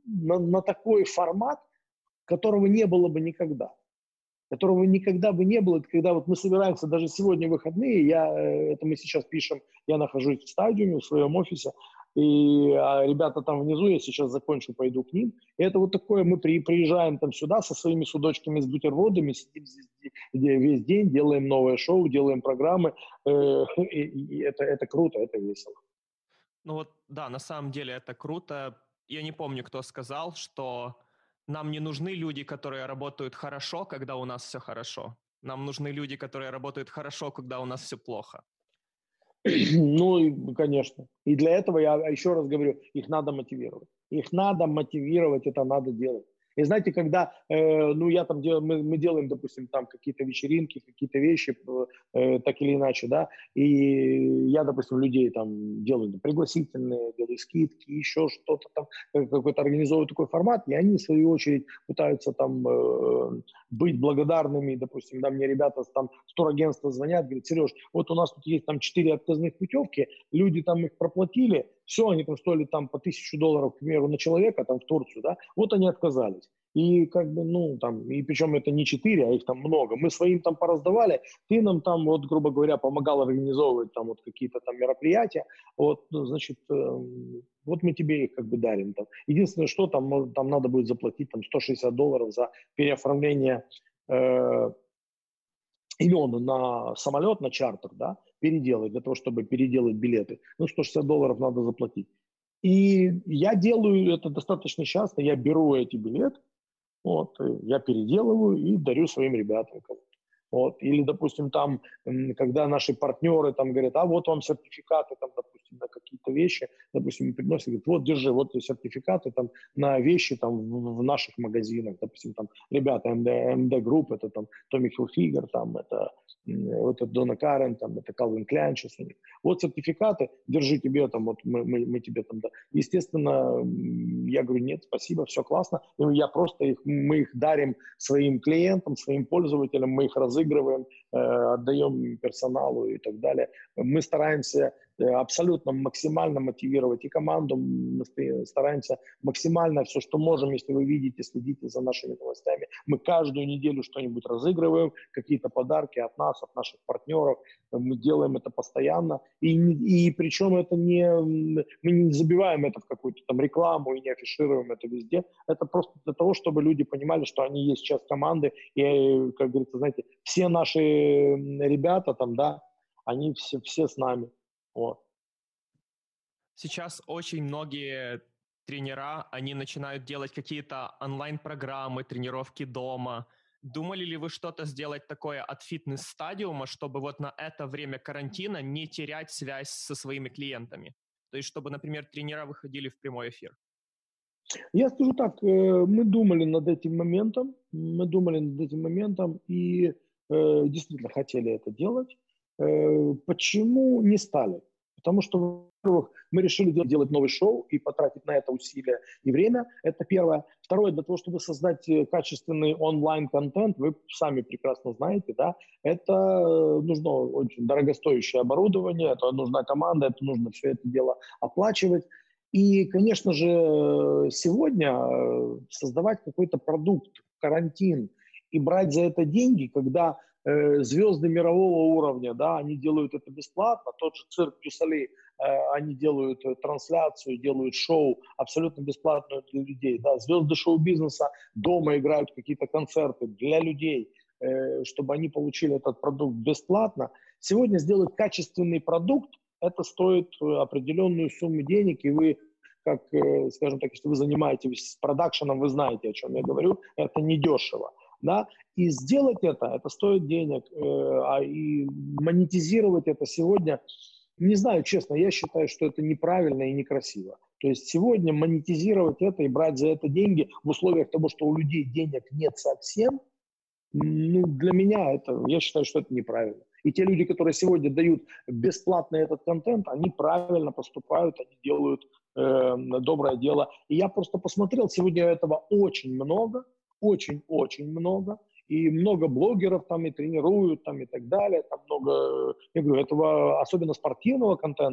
на такой формат, которого не было бы никогда. Которого никогда бы не было, когда вот мы собираемся, даже сегодня выходные, это мы сейчас пишем, я нахожусь в стадиуме, в своем офисе, и ребята там внизу, я сейчас закончу, пойду к ним. И это вот такое, мы приезжаем там сюда со своими судочками, с бутербродами, сидим здесь весь день, делаем новое шоу, делаем программы, и это круто, это весело. Ну вот, да, на самом деле это круто. Я не помню, кто сказал, что нам не нужны люди, которые работают хорошо, когда у нас все хорошо. Нам нужны люди, которые работают хорошо, когда у нас все плохо. Ну, конечно. И для этого, я еще раз говорю, их надо мотивировать. Их надо мотивировать, это надо делать. И знаете, когда, я там мы делаем, допустим, там какие-то вечеринки, какие-то вещи, так или иначе, да, и я, допустим, людей там делаю пригласительные, делаю скидки, еще что-то там, какой-то организовываю такой формат, и они, в свою очередь, пытаются там быть благодарными, допустим, да, мне ребята там с турагентства звонят, говорят: Сереж, вот у нас тут есть там 4 отказных путевки, люди там их проплатили, все, они там стоили там по $1000, к примеру, на человека там в Турцию, да, вот они отказались. И как бы, и причем это не 4, а их там много. Мы своим там пораздавали, ты нам там, вот, грубо говоря, помогал организовывать там вот какие-то там мероприятия, вот, значит, вот мы тебе их как бы дарим там. Единственное, что там надо будет заплатить там $160 за переоформление имен на самолет, на чартер, да, переделать, для того, чтобы переделать билеты. $160 надо заплатить. И я делаю это достаточно часто, я беру эти билеты, вот, я переделываю и дарю своим ребятам. Вот. Или, допустим, там, когда наши партнеры там говорят: а вот вам сертификаты, там, допустим, на какие-то вещи, допустим, приносят, говорят: вот, держи, вот сертификаты там на вещи там в наших магазинах, допустим, там, ребята, МД Групп, это там Tommy Hilfiger, там, это вот это Donna Karan, там, это Calvin Klein сейчас у них. Вот сертификаты, держи тебе, там, вот мы тебе там, да. Естественно, я говорю: нет, спасибо, все классно. Мы их дарим своим клиентам, своим пользователям, мы их разыгрываем, отдаем персоналу и так далее. Мы стараемся абсолютно максимально мотивировать и команду, мы стараемся максимально все, что можем, если вы видите, следите за нашими новостями. Мы каждую неделю что-нибудь разыгрываем, какие-то подарки от нас, от наших партнеров. Мы делаем это постоянно. И причем это мы не забиваем это в какую-то там рекламу и не афишируем это везде. Это просто для того, чтобы люди понимали, что они есть часть команды. И, как говорится, знаете, все наши ребята там, да, они все с нами. Вот. Сейчас очень многие тренера, они начинают делать какие-то онлайн-программы, тренировки дома. Думали ли вы что-то сделать такое от фитнес-стадиума, чтобы вот на это время карантина не терять связь со своими клиентами? То есть, чтобы, например, тренера выходили в прямой эфир? Я скажу так, мы думали над этим моментом, и действительно хотели это делать. Почему не стали? Потому что, во-первых, мы решили делать новый шоу и потратить на это усилия и время. Это первое. Второе, для того, чтобы создать качественный онлайн-контент, вы сами прекрасно знаете, да, это нужно очень дорогостоящее оборудование, это нужна команда, это нужно все это дело оплачивать. И, конечно же, сегодня создавать какой-то продукт, карантин, и брать за это деньги, когда звезды мирового уровня, да, они делают это бесплатно, тот же цирк Дю-Солей, они делают трансляцию, делают шоу абсолютно бесплатно для людей, да, звезды шоу-бизнеса дома играют какие-то концерты для людей, чтобы они получили этот продукт бесплатно. Сегодня сделать качественный продукт, это стоит определенную сумму денег, и вы, как, скажем так, если вы занимаетесь продакшеном, вы знаете, о чем я говорю, это недешево. Да? И сделать это стоит денег, и монетизировать это сегодня, не знаю, честно, я считаю, что это неправильно и некрасиво. То есть сегодня монетизировать это и брать за это деньги в условиях того, что у людей денег нет совсем, для меня я считаю, что это неправильно. И те люди, которые сегодня дают бесплатно этот контент, они правильно поступают, они делают доброе дело. И я просто посмотрел, сегодня этого очень много, очень-очень много. И много блогеров там и тренируют там и так далее. Там много, я говорю, этого особенно спортивного контента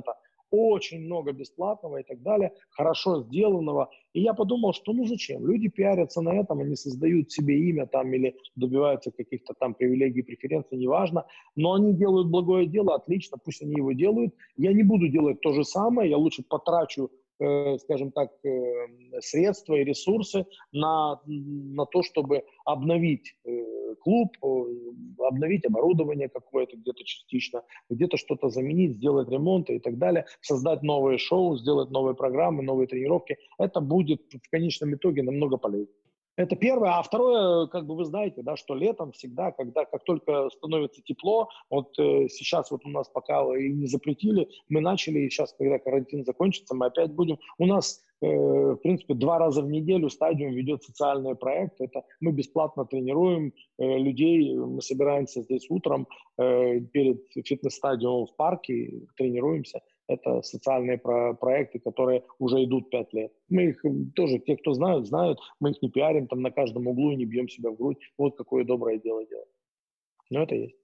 очень много бесплатного и так далее, хорошо сделанного. И я подумал, что ну зачем? Люди пиарятся на этом, они создают себе имя там или добиваются каких-то там привилегий, преференций, неважно. Но они делают благое дело, отлично, пусть они его делают. Я не буду делать то же самое, я лучше потрачу скажем так, средства и ресурсы на то, чтобы обновить клуб, обновить оборудование какое-то где-то частично, где-то что-то заменить, сделать ремонт и так далее, создать новые шоу, сделать новые программы, новые тренировки. Это будет в конечном итоге намного полезнее. Это первое. А второе, как бы вы знаете, да, что летом всегда, как только становится тепло, вот сейчас вот у нас пока и не запретили, мы начали, и сейчас, когда карантин закончится, мы опять будем. У нас, в принципе, 2 раза в неделю стадиум ведет социальные проекты. Это мы бесплатно тренируем людей, мы собираемся здесь утром перед фитнес-стадиумом в парке, тренируемся. Это социальные проекты, которые уже идут 5 лет. Мы их тоже, те, кто знают, знают. Мы их не пиарим там на каждом углу и не бьем себя в грудь. Вот какое доброе дело делаем. Но это есть.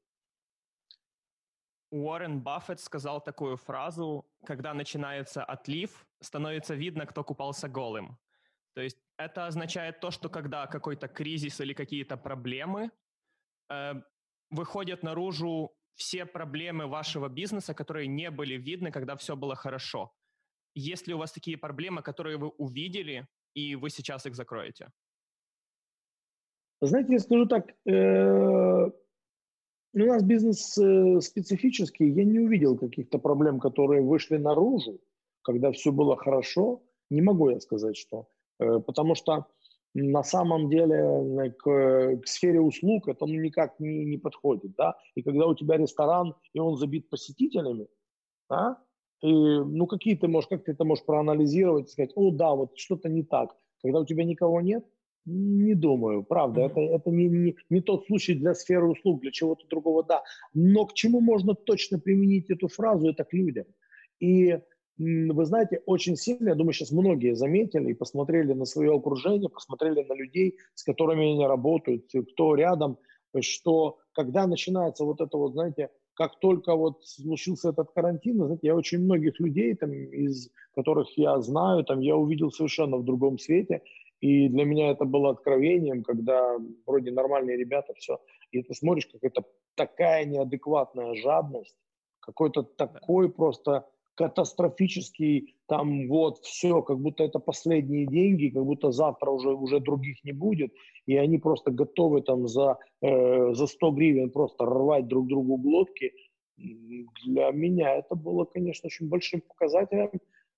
Уоррен Баффет сказал такую фразу: когда начинается отлив, становится видно, кто купался голым. То есть это означает то, что когда какой-то кризис или какие-то проблемы, выходят наружу все проблемы вашего бизнеса, которые не были видны, когда все было хорошо. Есть ли у вас такие проблемы, которые вы увидели, и вы сейчас их закроете? Знаете, я скажу так, у нас бизнес специфический, я не увидел каких-то проблем, которые вышли наружу, когда все было хорошо. Не могу я сказать, что. Потому что на самом деле к сфере услуг это ну, никак не подходит. Да? И когда у тебя ресторан, и он забит посетителями, да? И, ну, как ты это можешь проанализировать и сказать, о, да, вот что-то не так. Когда у тебя никого нет, не думаю, правда, это не тот случай для сферы услуг, для чего-то другого, да. Но к чему можно точно применить эту фразу, это к людям. И вы знаете, очень сильно, я думаю, сейчас многие заметили и посмотрели на свое окружение, посмотрели на людей, с которыми они работают, кто рядом, что когда начинается вот это вот, знаете, как только вот случился этот карантин, знаете, я очень многих людей, там, из которых я знаю, там, я увидел совершенно в другом свете, и для меня это было откровением, когда вроде нормальные ребята, все, и ты смотришь, как это такая неадекватная жадность, какой-то такой просто катастрофический, там вот все, как будто это последние деньги, как будто завтра уже других не будет, и они просто готовы там за 100 гривен просто рвать друг другу глотки. Для меня это было, конечно, очень большим показателем,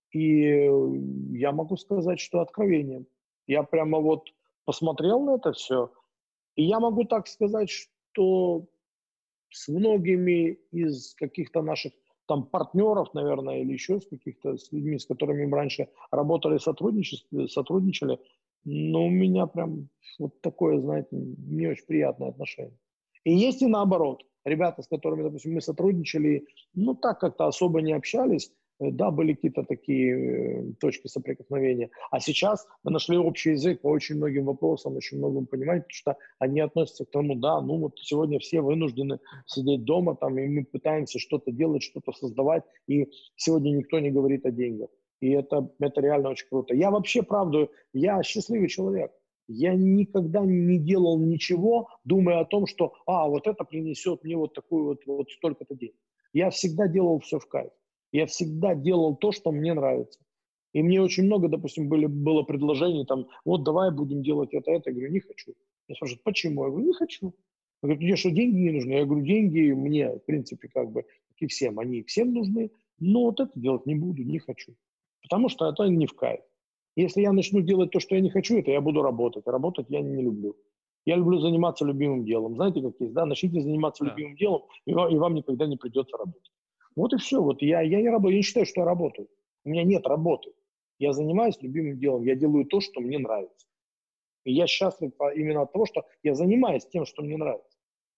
и я могу сказать, что откровением. Я прямо вот посмотрел на это все, и я могу так сказать, что с многими из каких-то наших там партнеров, наверное, или еще с каких-то с людьми, с которыми мы раньше работали, сотрудничали, но у меня прям вот такое, знаете, не очень приятное отношение. И есть и наоборот. Ребята, с которыми, допустим, мы сотрудничали, ну так как-то особо не общались, да, были какие-то такие точки соприкосновения. А сейчас мы нашли общий язык по очень многим вопросам, очень многим пониманиям, потому что они относятся к тому, да, ну вот сегодня все вынуждены сидеть дома, там, и мы пытаемся что-то делать, что-то создавать, и сегодня никто не говорит о деньгах. И это реально очень круто. Я вообще, правда, я счастливый человек. Я никогда не делал ничего, думая о том, что, вот это принесет мне вот такую вот столько-то денег. Я всегда делал все в кайф. Я всегда делал то, что мне нравится. И мне очень много, допустим, было предложений, там, вот давай будем делать это. Я говорю, не хочу. Я спрашиваю, почему? Я говорю, не хочу. Я говорю, тебе что, деньги не нужны? Я говорю, деньги мне, в принципе, как бы, как и всем, они всем нужны, но вот это делать не буду, не хочу. Потому что это не в кайф. Если я начну делать то, что я не хочу, это я буду работать. А работать я не люблю. Я люблю заниматься любимым делом. Знаете, как есть, да? Начните заниматься Да. любимым делом, и вам никогда не придется работать. Вот и все. Вот я не работаю, я не считаю, что я работаю. У меня нет работы. Я занимаюсь любимым делом, я делаю то, что мне нравится. И я счастлив именно от того, что я занимаюсь тем, что мне нравится.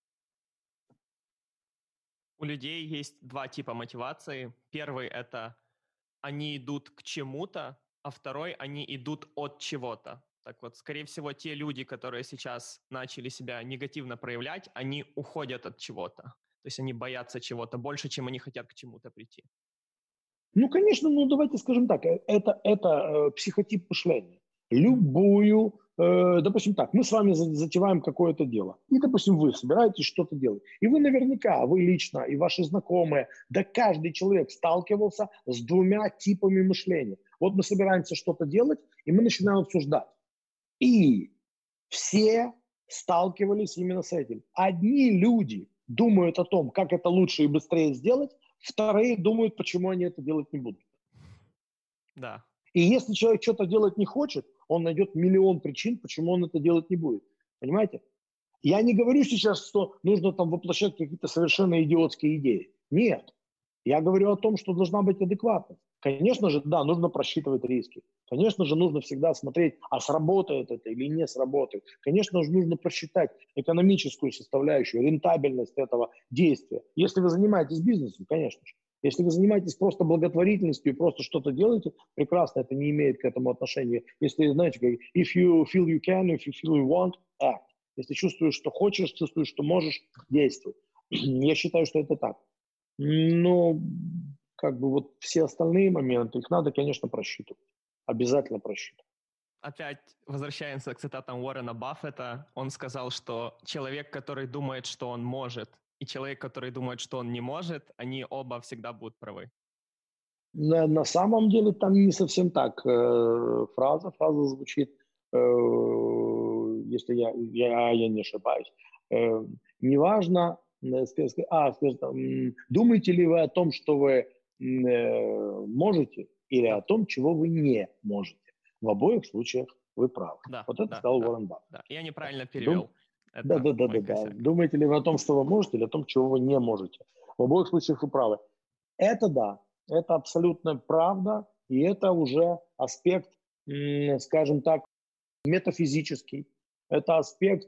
У людей есть два типа мотивации. Первый — это они идут к чему-то, а второй — они идут от чего-то. Так вот, скорее всего, те люди, которые сейчас начали себя негативно проявлять, они уходят от чего-то. То есть они боятся чего-то больше, чем они хотят к чему-то прийти. Ну, конечно, ну давайте скажем так, это психотип мышления. Любую, допустим так, мы с вами затеваем какое-то дело, и, допустим, вы собираетесь что-то делать, и вы наверняка, вы лично, и ваши знакомые, да каждый человек сталкивался с двумя типами мышления. Вот мы собираемся что-то делать, и мы начинаем обсуждать. И все сталкивались именно с этим. Одни люди думают о том, как это лучше и быстрее сделать, вторые думают, почему они это делать не будут. Да. И если человек что-то делать не хочет, он найдет миллион причин, почему он это делать не будет. Понимаете? Я не говорю сейчас, что нужно там воплощать какие-то совершенно идиотские идеи. Нет. Я говорю о том, что должна быть адекватность. Конечно же, да, нужно просчитывать риски. Конечно же, нужно всегда смотреть, а сработает это или не сработает. Конечно же, нужно просчитать экономическую составляющую, рентабельность этого действия. Если вы занимаетесь бизнесом, конечно же. Если вы занимаетесь просто благотворительностью и просто что-то делаете, прекрасно, это не имеет к этому отношения. Если, знаете, if you feel you can, if you feel you want, act. Если чувствуешь, что хочешь, чувствуешь, что можешь, действуй. Я считаю, что это так. Но как бы вот все остальные моменты, их надо, конечно, просчитывать. Обязательно просчитывать. Опять возвращаемся к цитатам Уоррена Баффета. Он сказал, что человек, который думает, что он может, и человек, который думает, что он не может, они оба всегда будут правы. На самом деле там не совсем так. Фраза звучит, если я не ошибаюсь. Неважно, думаете ли вы о том, что вы можете, или о том, чего вы не можете. В обоих случаях вы правы. Да, Вот это сказал Уоррен Баффет. Да. Я неправильно перевел. Да. Думаете ли вы о том, что вы можете, или о том, чего вы не можете. В обоих случаях вы правы. Это да, это абсолютно правда, и это уже аспект, скажем так, метафизический. Это аспект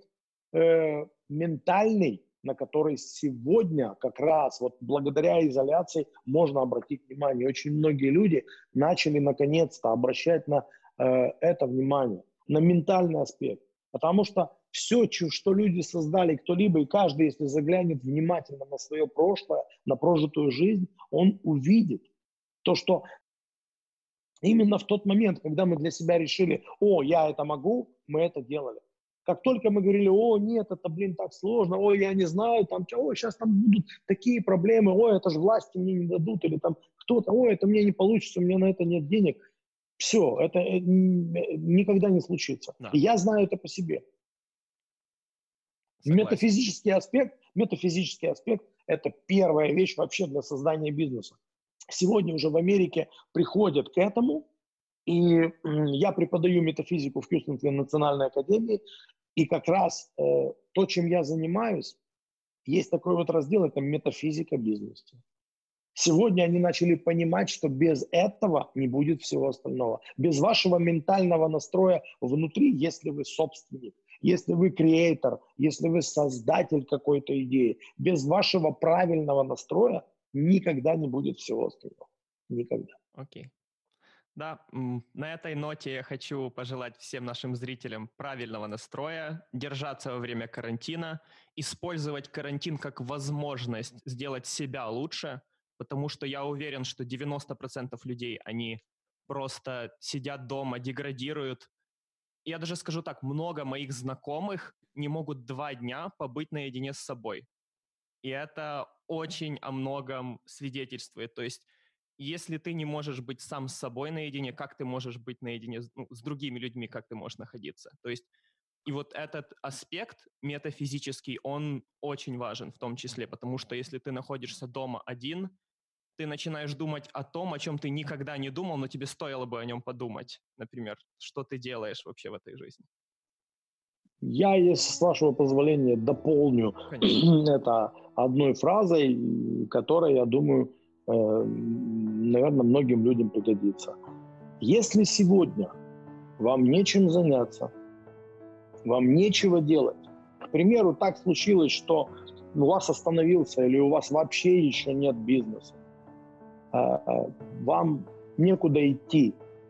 ментальный, на который сегодня как раз вот благодаря изоляции можно обратить внимание. Очень многие люди начали наконец-то обращать на это внимание, на ментальный аспект. Потому что все, что люди создали, кто-либо, и каждый, если заглянет внимательно на свое прошлое, на прожитую жизнь, он увидит то, что именно в тот момент, когда мы для себя решили, я это могу, мы это делали. Как только мы говорили, нет, это, так сложно, я не знаю, сейчас там будут такие проблемы, это же власти мне не дадут, или там кто-то, это мне не получится, у меня на это нет денег. Все, это никогда не случится. Да. И я знаю это по себе. Метафизический аспект – это первая вещь вообще для создания бизнеса. Сегодня уже в Америке приходят к этому, и я преподаю метафизику в Хьюстонской национальной академии, и как раз то, чем я занимаюсь, есть такой вот раздел – это метафизика бизнеса. Сегодня они начали понимать, что без этого не будет всего остального. Без вашего ментального настроя внутри, если вы собственник, если вы креатор, если вы создатель какой-то идеи, без вашего правильного настроя никогда не будет всего остального. Никогда. Окей. Да, на этой ноте я хочу пожелать всем нашим зрителям правильного настроя, держаться во время карантина, использовать карантин как возможность сделать себя лучше, потому что я уверен, что 90% людей, они просто сидят дома, деградируют. Я даже скажу так, много моих знакомых не могут 2 дня побыть наедине с собой. И это очень о многом свидетельствует. То есть если ты не можешь быть сам с собой наедине, как ты можешь быть наедине с другими людьми, как ты можешь находиться? То есть и вот этот аспект метафизический, он очень важен в том числе, потому что если ты находишься дома один, ты начинаешь думать о том, о чем ты никогда не думал, но тебе стоило бы о нем подумать. Например, что ты делаешь вообще в этой жизни? Я, если с вашего позволения, дополню это одной фразой, которая, я думаю, наверное, многим людям пригодится. Если сегодня вам нечем заняться, вам нечего делать, к примеру, так случилось, что у вас остановился или у вас вообще еще нет бизнеса, вам некуда идти,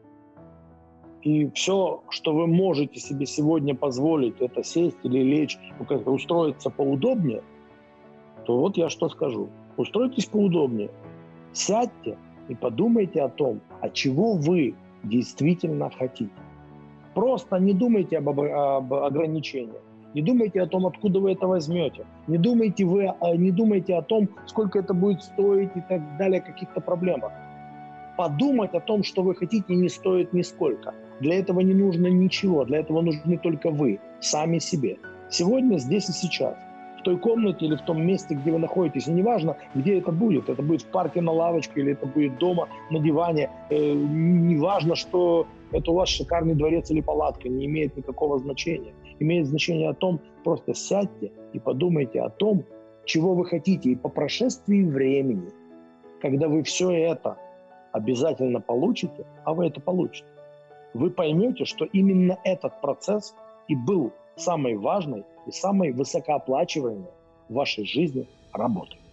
и все, что вы можете себе сегодня позволить, это сесть или лечь, устроиться поудобнее, то вот я что скажу. Устройтесь поудобнее, сядьте и подумайте о том, а чего вы действительно хотите. Просто не думайте об ограничениях, не думайте о том, откуда вы это возьмете, не думайте о том, сколько это будет стоить и так далее, о каких-то проблемах. Подумать о том, что вы хотите, не стоит нисколько. Для этого не нужно ничего, для этого нужны только вы, сами себе. Сегодня, здесь и сейчас, в той комнате или в том месте, где вы находитесь, и неважно, где это будет в парке на лавочке или это будет дома на диване, неважно, что это у вас шикарный дворец или палатка, не имеет никакого значения. Имеет значение о том, просто сядьте и подумайте о том, чего вы хотите, и по прошествии времени, когда вы все это обязательно получите, а вы это получите, вы поймете, что именно этот процесс и был самой важной и самой высокооплачиваемой в вашей жизни работой.